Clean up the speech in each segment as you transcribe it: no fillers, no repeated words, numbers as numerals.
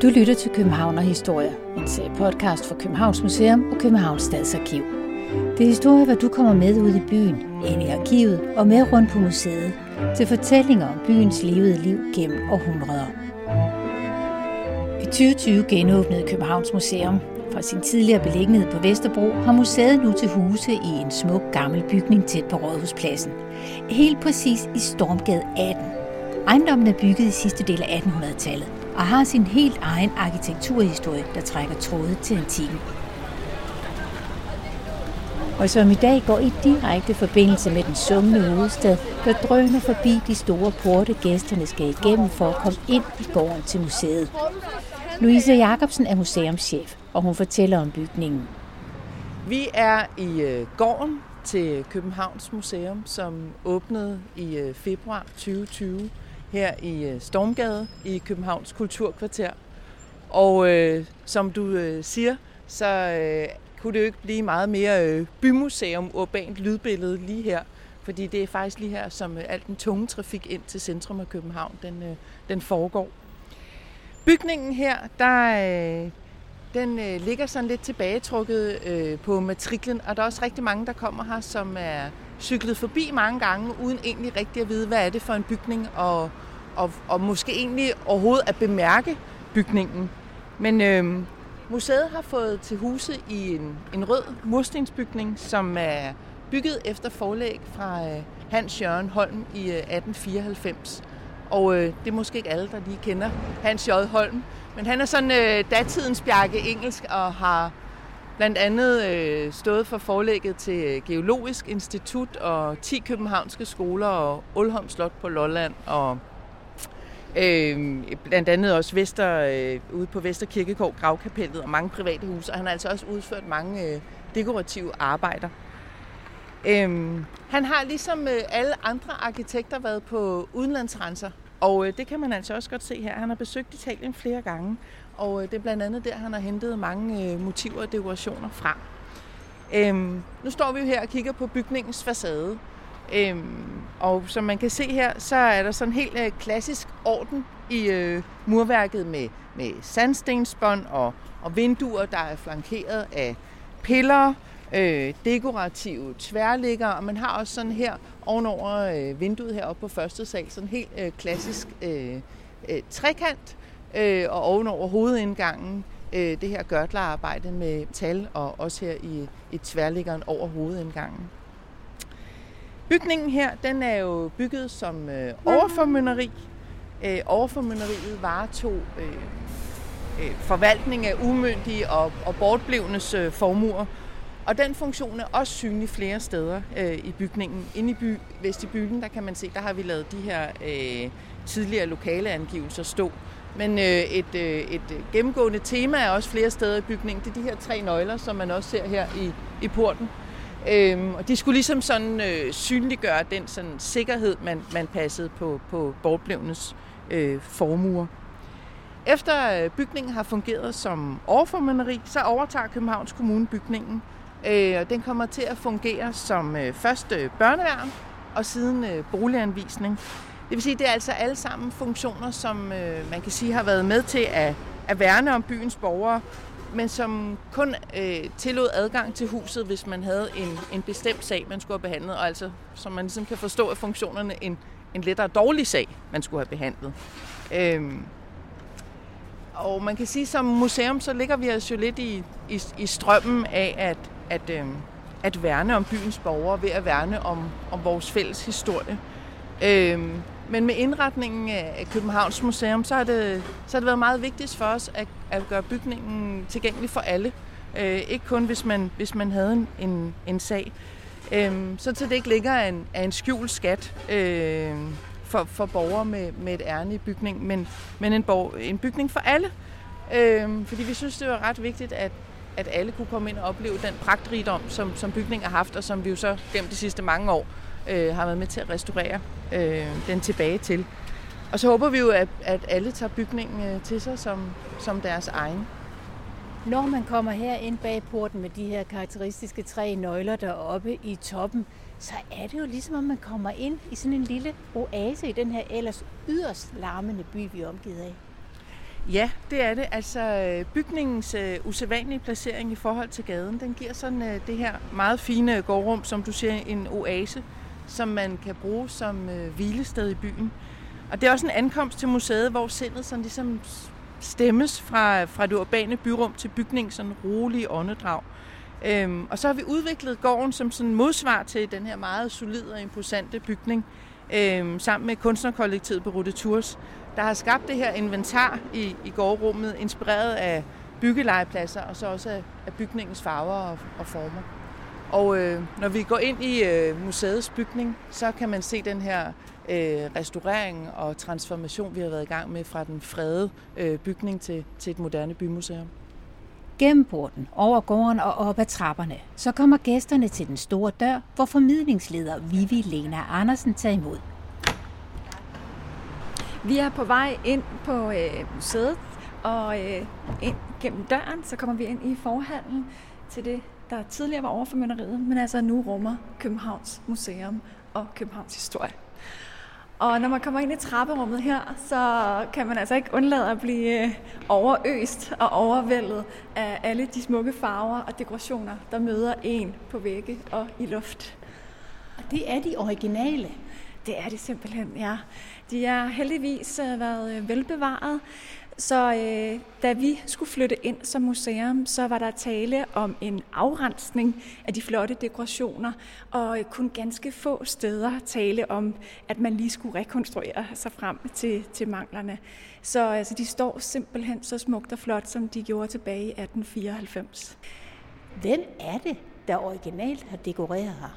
Du lytter til Københavnerhistorier, en serie podcast for Københavns Museum og Københavns Stadsarkiv. Det er historier, hvor du kommer med ud i byen, ind i arkivet og med rundt på museet, til fortællinger om byens levede liv gennem århundreder. I 2020 genåbnede Københavns Museum. Fra sin tidligere beliggenhed på Vesterbro har museet nu til huse i en smuk gammel bygning tæt på Rådhuspladsen. Helt præcis i Stormgade 18. Ejendommen er bygget i sidste del af 1800-tallet og har sin helt egen arkitekturhistorie, der trækker tråde til antikken. Og som i dag går i direkte forbindelse med den summende hovedstad, der drøner forbi de store porte, gæsterne skal igennem for at komme ind i gården til museet. Louise Jacobsen er museumschef, og hun fortæller om bygningen. Vi er i gården til Københavns Museum, som åbnede i februar 2020 her i Stormgade i Københavns Kulturkvarter. Og som du siger, så kunne det jo ikke blive meget mere bymuseum, urbant lydbillede lige her. Fordi det er faktisk lige her, som al den tunge trafik ind til centrum af København, den foregår. Bygningen her, den ligger sådan lidt tilbagetrukket på matriklen, og der er også rigtig mange, der kommer her, som er cyklet forbi mange gange, uden egentlig rigtig at vide, hvad er det for en bygning, og måske egentlig overhovedet at bemærke bygningen. Men museet har fået til huse i en rød murstensbygning, som er bygget efter forlæg fra Hans Jørgen Holm i 1894. Og det er måske ikke alle, der lige kender Hans J. Holm, men han er sådan datidens Bjarke Engelsk og har blandt andet stået for forlægget til Geologisk Institut og 10 københavnske skoler og Ålholm Slot på Lolland og blandt andet også ude på Vesterkirkegård, Gravkapellet og mange private huse, og han har altså også udført mange dekorative arbejder. Han har ligesom alle andre arkitekter været på udenlandsrejser, og det kan man altså også godt se her. Han har besøgt Italien flere gange, og det er blandt andet der, han har hentet mange motiver og dekorationer fra. Nu står vi jo her og kigger på bygningens facade, og som man kan se her, så er der sådan helt klassisk orden i murværket med sandstensbånd og vinduer, der er flankeret af piller, dekorative tværligger, og man har også sådan her ovenover vinduet heroppe på første sal, sådan helt klassisk trekant, og ovenover hovedindgangen det her gørtlerarbejde med tal, og også her i tværliggeren over hovedindgangen. Bygningen her, den er jo bygget som overformynderi. Overformynderiet varetog forvaltning af umyndige og bortblevnes formuer. Og den funktion er også synlig flere steder i bygningen. Inde i vestibulen, der kan man se, der har vi lavet de her tidligere lokaleangivelser stå. Men et gennemgående tema er også flere steder i bygningen. Det er de her 3 nøgler, som man også ser her i porten. Og de skulle ligesom sådan synliggøre den sådan sikkerhed, man passede på bortblevnes formuer. Efter bygningen har fungeret som overformynderi, så overtager Københavns Kommune bygningen. Og den kommer til at fungere som først børneværn og siden boliganvisning. Det vil sige, at det er altså alle sammen funktioner, som man kan sige har været med til at værne om byens borgere, men som kun tillod adgang til huset, hvis man havde en bestemt sag, man skulle have behandlet. Og altså, som man ligesom kan forstå af funktionerne, en lettere dårlig sag, man skulle have behandlet. Og man kan sige, som museum, så ligger vi altså jo lidt i strømmen af at værne om byens borgere ved at værne om vores fælles historie. Men med indretningen af Københavns Museum, så har det været meget vigtigt for os at gøre bygningen tilgængelig for alle. Ikke kun hvis man havde en sag. Så det ikke ligger af en skjult skat for borgere med et ærne i bygningen, men en bygning for alle. Fordi vi synes, det var ret vigtigt, at alle kunne komme ind og opleve den pragtrigdom, som bygningen har haft, og som vi jo så gennem de sidste mange år har været med til at restaurere den tilbage til. Og så håber vi jo, at alle tager bygningen til sig som deres egen. Når man kommer her ind bag porten med de her karakteristiske 3 nøgler deroppe i toppen, så er det jo ligesom, om man kommer ind i sådan en lille oase i den her ellers yderst larmende by, vi er omgivet af. Ja, det er det. Altså bygningens usædvanlige placering i forhold til gaden, den giver sådan det her meget fine gårdrum, som du siger, en oase, som man kan bruge som hvilested i byen. Og det er også en ankomst til museet, hvor sindet sådan ligesom stemmes fra det urbane byrum til bygningen, sådan rolige åndedrag. Og så har vi udviklet gården som sådan modsvar til den her meget solide og imposante bygning, sammen med kunstnerkollektivet på Rute Tours, der har skabt det her inventar i gårdrummet, inspireret af byggelegepladser og så også af bygningens farver og former. Og når vi går ind i museets bygning, så kan man se den her restaurering og transformation, vi har været i gang med fra den fredede bygning til et moderne bymuseum. Gennem porten, over gården og op ad trapperne, så kommer gæsterne til den store dør, hvor formidlingsleder Vivi Lena Andersen tager imod. Vi er på vej ind på museet, og ind gennem døren, så kommer vi ind i forhallen til det, der tidligere var overformynderiet, men altså nu rummer Københavns Museum og Københavns Historie. Og når man kommer ind i trapperummet her, så kan man altså ikke undlade at blive overøst og overvældet af alle de smukke farver og dekorationer, der møder en på vægge og i luft. Og det er de originale. Det er det simpelthen, ja. De har heldigvis været velbevaret. Så da vi skulle flytte ind som museum, så var der tale om en afrensning af de flotte dekorationer, og kun ganske få steder tale om, at man lige skulle rekonstruere sig frem til manglerne. Så altså, de står simpelthen så smukt og flot, som de gjorde tilbage i 1894. Hvem er det, der originalt har dekoreret her?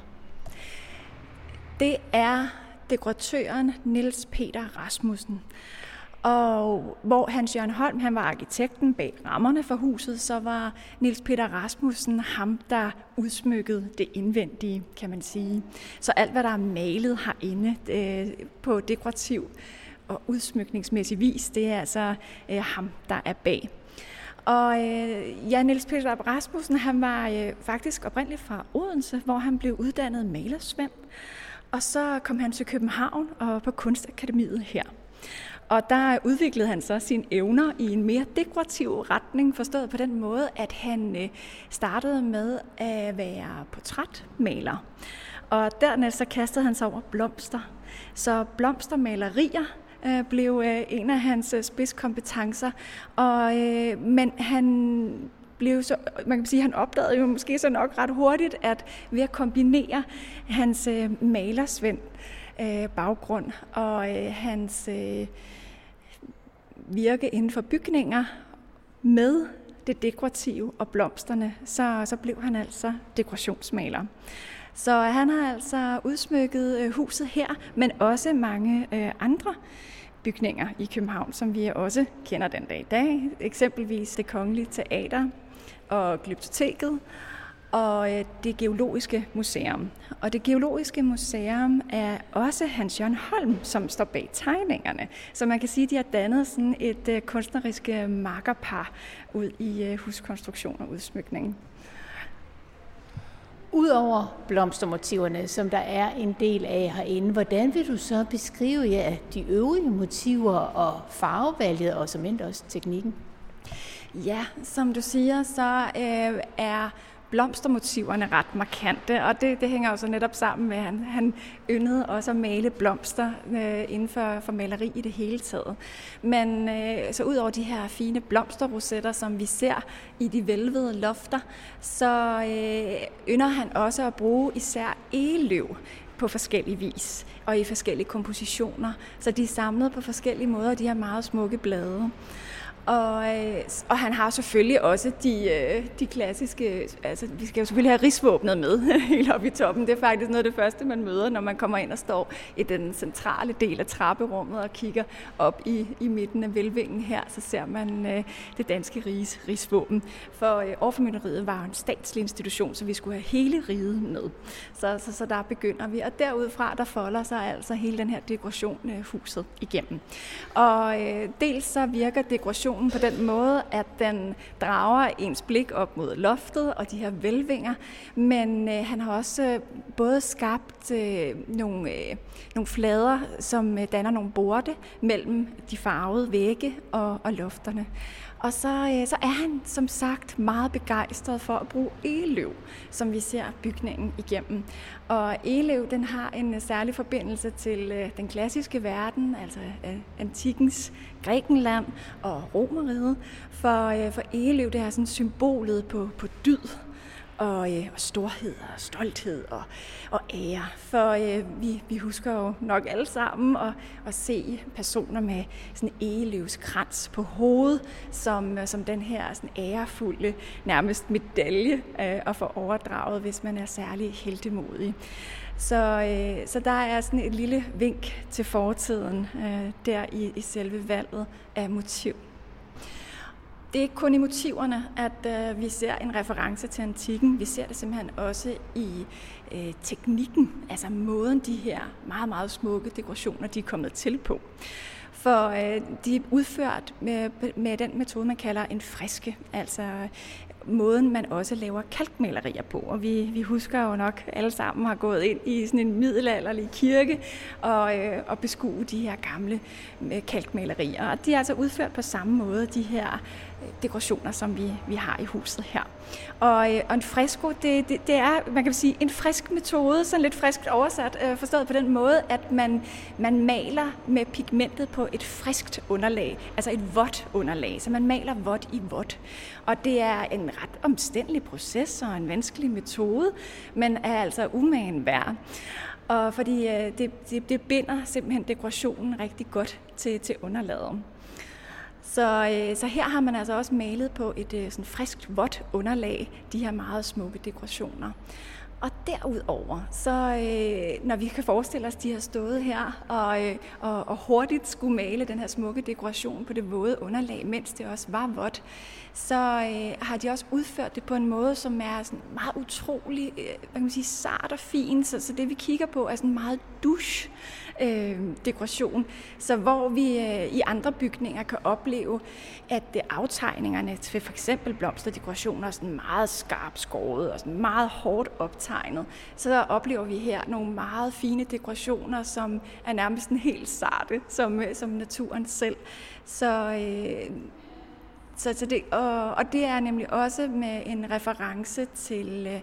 Det er dekoratøren Niels Peter Rasmussen. Og hvor Hans Jørgen Holm han var arkitekten bag rammerne for huset, så var Niels Peter Rasmussen ham, der udsmykkede det indvendige, kan man sige. Så alt, hvad der er malet herinde på dekorativ og udsmykningsmæssig vis, det er altså ham, der er bag. Og Niels Peter Rasmussen, han var faktisk oprindeligt fra Odense, hvor han blev uddannet malersvend. Og så kom han til København og på Kunstakademiet her. Og der udviklede han så sine evner i en mere dekorativ retning, forstået på den måde, at han startede med at være portrætmaler. Og dernæst så kastede han sig over blomster. Så blomstermalerier blev en af hans spidskompetencer. Men han blev så, man kan sige, han opdagede jo måske så nok ret hurtigt, at ved at kombinere hans malersvend baggrund og hans virke inden for bygninger med det dekorative og blomsterne, så blev han altså dekorationsmaler. Så han har altså udsmykket huset her, men også mange andre bygninger i København, som vi også kender den dag i dag. Eksempelvis Det Kongelige Teater og Glyptoteket og det Geologiske Museum. Og det Geologiske Museum er også Hans Jørgen Holm, som står bag tegningerne. Så man kan sige, at de har dannet sådan et kunstnerisk makkerpar ud i huskonstruktion og udsmykning. Udover blomstermotiverne, som der er en del af herinde, hvordan vil du så beskrive de øvrige motiver og farvevalget og som end også teknikken? Ja, som du siger, så er blomstermotiverne ret markante, og det hænger jo så netop sammen med, at han yndede også at male blomster inden for maleri i det hele taget. Men så ud over de her fine blomsterrosetter, som vi ser i de hvælvede lofter, så ynder han også at bruge især egeløv på forskellige vis og i forskellige kompositioner. Så de er samlet på forskellige måder, de her meget smukke blade. Og han har selvfølgelig også de klassiske, altså vi skal jo selvfølgelig have rigsvåbnet med helt oppe i toppen. Det er faktisk noget af det første, man møder, når man kommer ind og står i den centrale del af trapperummet og kigger op i midten af hvælvingen her, så ser man det danske riges rigsvåben. For overformynderiet var en statslig institution, så vi skulle have hele riget med. Så der begynder vi, og derudfra der folder sig altså hele den her dekoration huset igennem. Og dels så virker dekoration dekorationen på den måde, at den drager ens blik op mod loftet og de her hvælvinger, men han har også både skabt nogle flader, som danner nogle borte mellem de farvede vægge og lofterne. Og så er han som sagt meget begejstret for at bruge egeløv, som vi ser bygningen igennem. Og egeløv, den har en særlig forbindelse til den klassiske verden, altså antikkens Grækenland og Romerriget. For egeløv, det er sådan symbolet på dyd og storhed og stolthed og ære. For vi husker jo nok alle sammen at se personer med sådan en egeløvskrans på hovedet, som den her sådan ærefulde nærmest medalje at få overdraget, hvis man er særlig heltemodig. Så der er sådan et lille vink til fortiden der i selve valget af motiv. Det er ikke kun i motiverne, at vi ser en reference til antikken. Vi ser det simpelthen også i teknikken, altså måden de her meget, meget smukke dekorationer, de er kommet til på. For de er udført med den metode, man kalder en freske, altså måden, man også laver kalkmalerier på. Og vi husker jo nok alle sammen har gået ind i sådan en middelalderlig kirke og beskue de her gamle kalkmalerier. Og de er altså udført på samme måde, de her dekorationer, som vi har i huset her. Og en fresko, det er, man kan sige, en frisk metode, sådan lidt friskt oversat, forstået på den måde, at man maler med pigmentet på et friskt underlag, altså et vådt underlag, så man maler vådt i vådt. Og det er en ret omstændelig proces og en vanskelig metode, men er altså umagen værd. Og fordi det binder simpelthen dekorationen rigtig godt til underlaget. Så her har man altså også malet på et sådan friskt, vådt underlag, de her meget smukke dekorationer. Og derudover, så når vi kan forestille os, de har stået her og hurtigt skulle male den her smukke dekoration på det våde underlag, mens det også var vådt, så har de også udført det på en måde, som er sådan meget utrolig, hvad kan man sige, sart og fin. Så det vi kigger på er sådan meget douche dekoration. Så hvor vi i andre bygninger kan opleve, at aftegningerne til for eksempel blomsterdekorationer er sådan meget skarpt skåret og sådan meget hårdt optegnet, så oplever vi her nogle meget fine dekorationer, som er nærmest en helt sarte, som naturen selv. Så det, og det er nemlig også med en reference til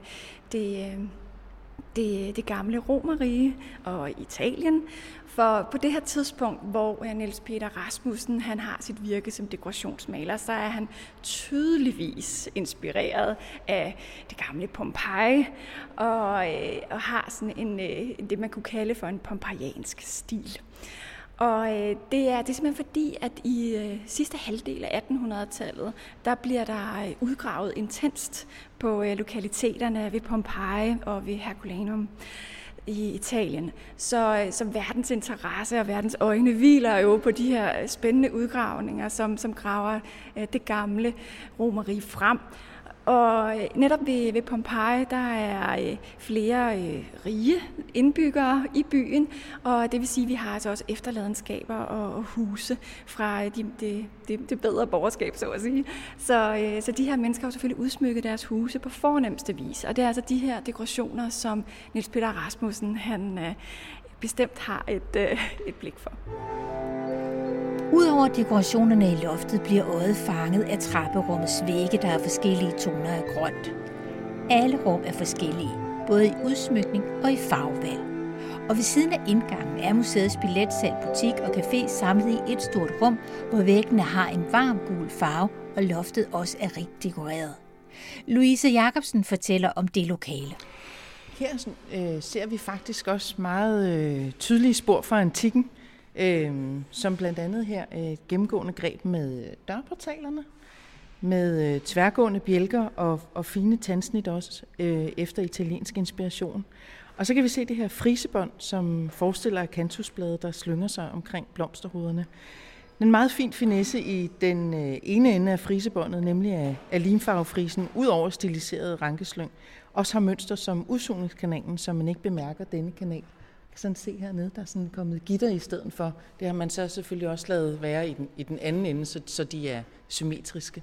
det gamle Romerrige og Italien. For på det her tidspunkt, hvor Niels Peter Rasmussen han har sit virke som dekorationsmaler, så er han tydeligvis inspireret af det gamle Pompeji og har sådan det man kunne kalde for en pompeijansk stil. Og det er simpelthen fordi, at i sidste halvdel af 1800-tallet, der bliver der udgravet intenst på lokaliteterne ved Pompeji og ved Herculaneum i Italien. Så verdens interesse og verdens øjne hviler jo på de her spændende udgravninger, som graver det gamle Romerrige frem. Og netop ved Pompeji, der er flere rige indbyggere i byen, og det vil sige, at vi har altså også efterladenskaber og huse fra det bedre borgerskab, så at sige. Så de her mennesker har selvfølgelig udsmykket deres huse på fornemste vis, og det er altså de her dekorationer, som Niels Peter Rasmussen han bestemt har et blik for. Udover dekorationerne i loftet bliver øjet fanget af trapperummets vægge, der er forskellige toner af grønt. Alle rum er forskellige, både i udsmykning og i farvevalg. Og ved siden af indgangen er museets billetsal, butik og café samlet i et stort rum, hvor væggene har en varm gul farve, og loftet også er rigt dekoreret. Louise Jacobsen fortæller om det lokale. Her ser vi faktisk også meget tydelige spor fra antikken, som blandt andet her et gennemgående greb med dørportalerne, med tværgående bjælker og fine tandsnit også efter italiensk inspiration. Og så kan vi se det her frisebånd, som forestiller akantusblade, der slynger sig omkring blomsterhoderne. En meget fin finesse i den ene ende af frisebåndet, nemlig af limfarvefrisen, ud over stiliseret rankeslyng, også har mønster som udsugningskanalen, så man ikke bemærker denne kanal kan sådan se hernede, der er sådan kommet gitter i stedet for. Det har man så selvfølgelig også lavet være i den anden ende, så de er symmetriske.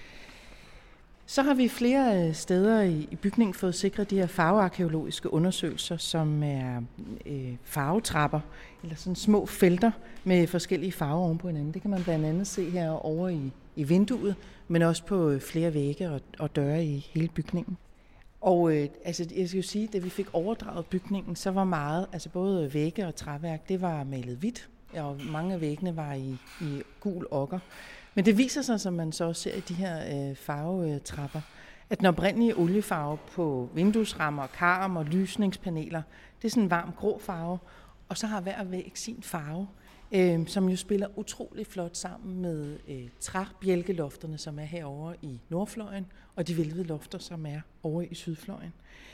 Så har vi flere steder i bygningen fået sikret de her farvearkæologiske undersøgelser, som er farvetrapper, eller sådan små felter med forskellige farver oven på hinanden. Det kan man blandt andet se herovre i vinduet, men også på flere vægge og døre i hele bygningen. Og jeg skal jo sige, at da vi fik overdraget bygningen, så var meget, altså både vægge og træværk, det var malet hvidt, og mange af væggene var i gul okker. Men det viser sig, som man så også ser i de her farvetrapper, at den oprindelige oliefarve på vinduesrammer, karm og lysningspaneler, det er sådan en varm grå farve, og så har hver væg sin farve, som jo spiller utrolig flot sammen med træbjælkelofterne, som er herovre i nordfløjen, og de hvælvede lofter, som er over i sydfløjen.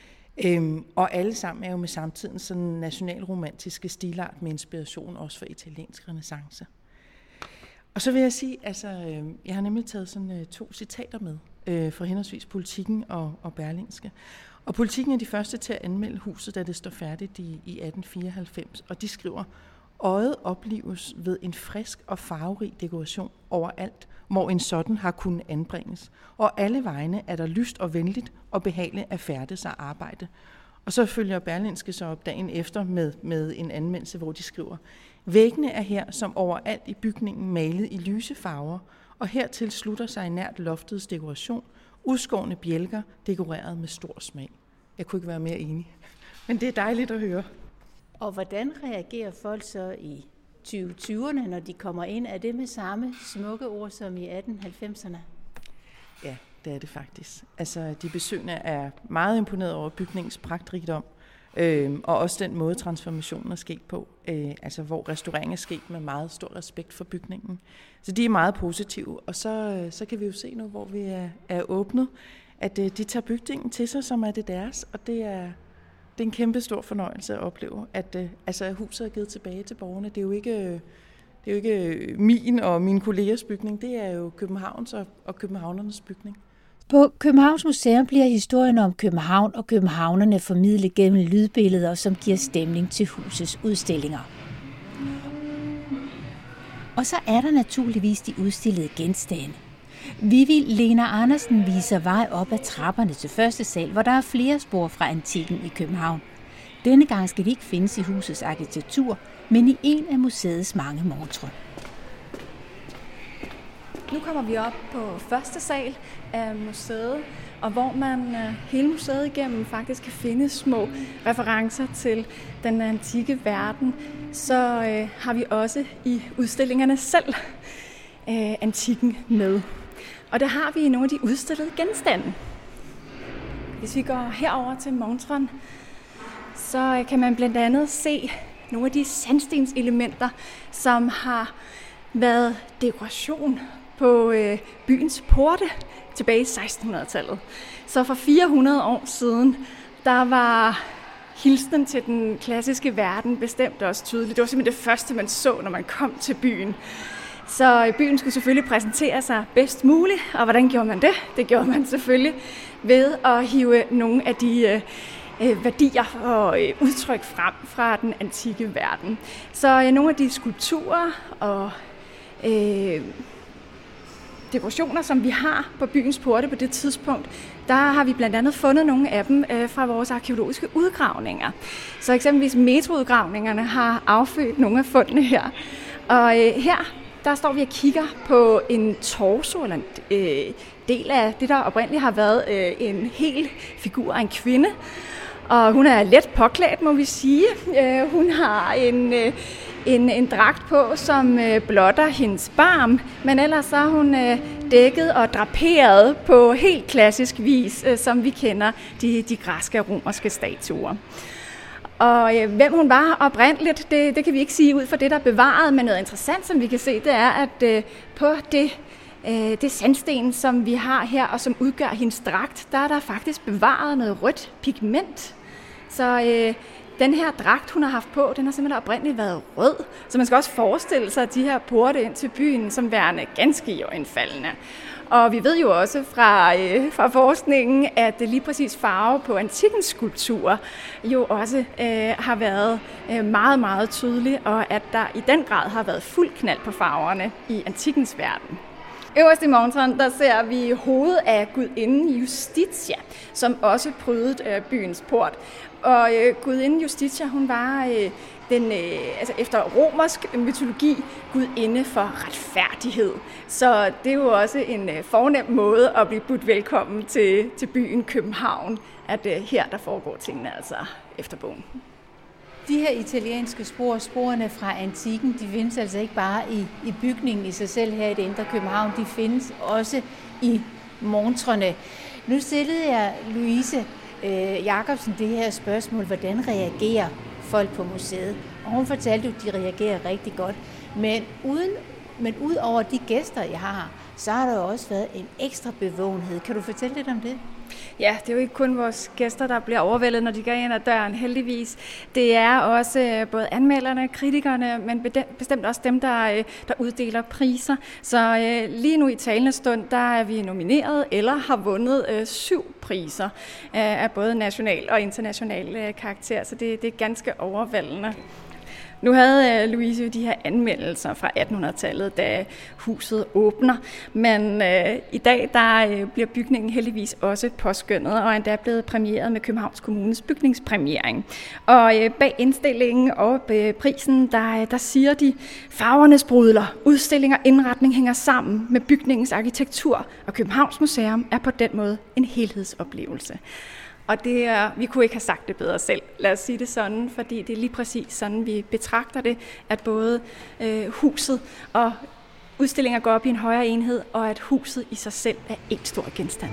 Og alle sammen er jo med samtiden sådan nationalromantiske stilart med inspiration også for italiensk renæssance. Og så vil jeg sige, jeg har nemlig taget sådan 2 citater med fra henholdsvis Politiken og Berlingske. Og Politiken er de første til at anmelde huset, da det står færdigt i 1894, og de skriver: "Øjet oplives ved en frisk og farverig dekoration overalt, hvor en sådan har kunnet anbringes, og alle vegne er der lyst og venligt og behageligt at færdes og arbejde." Og så følger Berlingske så op dagen efter med en anmeldelse, hvor de skriver: "Væggene er her som overalt i bygningen malet i lyse farver, og hertil slutter sig nært loftets dekoration, udskårne bjælker dekoreret med stor smag." Jeg kunne ikke være mere enig, men det er dejligt at høre. Og hvordan reagerer folk så i 2020'erne, når de kommer ind? Er det med samme smukke ord som i 1890'erne? Ja, det er det faktisk. Altså, de besøgende er meget imponeret over bygningens pragtrigdom, og også den måde, transformationen er sket på, hvor restaureringen er sket med meget stor respekt for bygningen. Så de er meget positive, og så kan vi jo se nu, hvor vi er åbnet, at de tager bygningen til sig, som er det deres, og det er en kæmpe stor fornøjelse at opleve, at huset er givet tilbage til borgerne. Det er jo ikke min og mine kollegers bygning, det er jo Københavns og københavnernes bygning. På Københavns Museum bliver historien om København og københavnerne formidlet gennem lydbilleder, som giver stemning til husets udstillinger. Og så er der naturligvis de udstillede genstande. Vivi Lena Andersen viser vej op ad trapperne til første sal, hvor der er flere spor fra antikken i København. Denne gang skal de ikke findes i husets arkitektur, men i en af museets mange montrer. Nu kommer vi op på første sal af museet, og hvor man hele museet igennem faktisk kan finde små referencer til den antikke verden. Så har vi også i udstillingerne selv antikken med. Og der har vi nogle af de udstillede genstande. Hvis vi går herover til montren, så kan man blandt andet se nogle af de sandstenselementer, som har været dekoration på byens porte tilbage i 1600-tallet. Så for 400 år siden, der var hilsenen til den klassiske verden bestemt også tydeligt. Det var simpelthen det første, man så, når man kom til byen. Så byen skulle selvfølgelig præsentere sig bedst muligt, og hvordan gjorde man det? Det gjorde man selvfølgelig ved at hive nogle af de værdier og udtryk frem fra den antikke verden. Så nogle af de skulpturer og dekorationer, som vi har på byens porte på det tidspunkt, der har vi blandt andet fundet nogle af dem fra vores arkeologiske udgravninger. Så eksempelvis metroudgravningerne har affødt nogle af fundene her. Og her der står vi og kigger på en torso, eller en del af det, der oprindeligt har været en hel figur af en kvinde. Og hun er let påklædt, må vi sige. Hun har en dragt på, som blotter hendes barm, men ellers så er hun dækket og draperet på helt klassisk vis, som vi kender de græske og romerske statuer. Og hvem hun var oprindeligt, det kan vi ikke sige ud fra det, der er bevaret, men noget interessant, som vi kan se, det er, at på det sandsten, som vi har her, og som udgør hendes dragt, der er der faktisk bevaret noget rødt pigment. Så den her dragt, hun har haft på, den har simpelthen oprindeligt været rød. Så man skal også forestille sig de her porte ind til byen som værende ganske iøjnefaldende. Og vi ved jo også fra forskningen, at lige præcis farve på antikkens skulpturer jo også har været meget, meget tydelig, og at der i den grad har været fuld knald på farverne i antikkens verden. Øverst i montren, der ser vi hovedet af gudinden Justitia, som også prydede byens port. Og gudinden Justitia, hun var efter romersk mytologi gudinde for retfærdighed. Så det er jo også en fornem måde at blive budt velkommen til byen København, at her der foregår tingene altså efter bogen. De her italienske sporene fra antikken, de findes altså ikke bare i bygningen i sig selv her i det indre København, de findes også i montrene. Nu stillede jeg Louise Jacobsen det her spørgsmål, hvordan reagerer folk på museet? Og hun fortalte jo, at de reagerer rigtig godt. Men ud over de gæster, jeg har, så har der jo også været en ekstra bevågenhed. Kan du fortælle lidt om det? Ja, det er jo ikke kun vores gæster, der bliver overvældet, når de går ind ad døren, heldigvis. Det er også både anmelderne, kritikerne, men bestemt også dem, der uddeler priser. Så lige nu i talende stund, der er vi nomineret eller har vundet 7 priser af både national og international karakter, så det er ganske overvældende. Nu havde Louise jo de her anmeldelser fra 1800-tallet, da huset åbner, men i dag der bliver bygningen heldigvis også påskønnet og endda blevet præmieret med Københavns Kommunes bygningspræmiering. Og bag indstillingen og prisen, der siger de, farverne sprudler, udstilling og indretning hænger sammen med bygningens arkitektur, og Københavns Museum er på den måde en helhedsoplevelse. Og vi kunne ikke have sagt det bedre selv, lad os sige det sådan, fordi det er lige præcis sådan, vi betragter det, at både huset og udstillinger går op i en højere enhed, og at huset i sig selv er en stor genstand.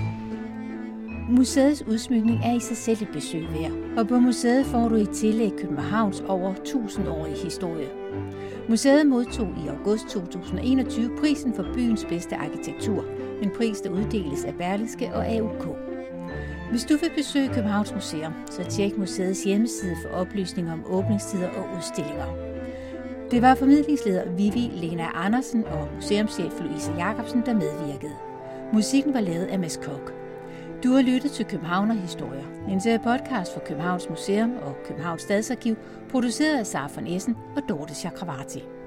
Museets udsmykning er i sig selv et besøg værd, og på museet får du i tillæg Københavns over 1000-årige historie. Museet modtog i august 2021 prisen for byens bedste arkitektur, en pris, der uddeles af Berlingske og AUK. Hvis du vil besøge Københavns Museum, så tjek museets hjemmeside for oplysninger om åbningstider og udstillinger. Det var formidlingsleder Vivi Lena Andersen og museumschef Louise Jacobsen, der medvirkede. Musikken var lavet af Mads Kok. Du har lyttet til Københavnerhistorier, en serie podcast for Københavns Museum og Københavns Stadsarkiv, produceret af Sara von Essen og Dorte Chakravarty.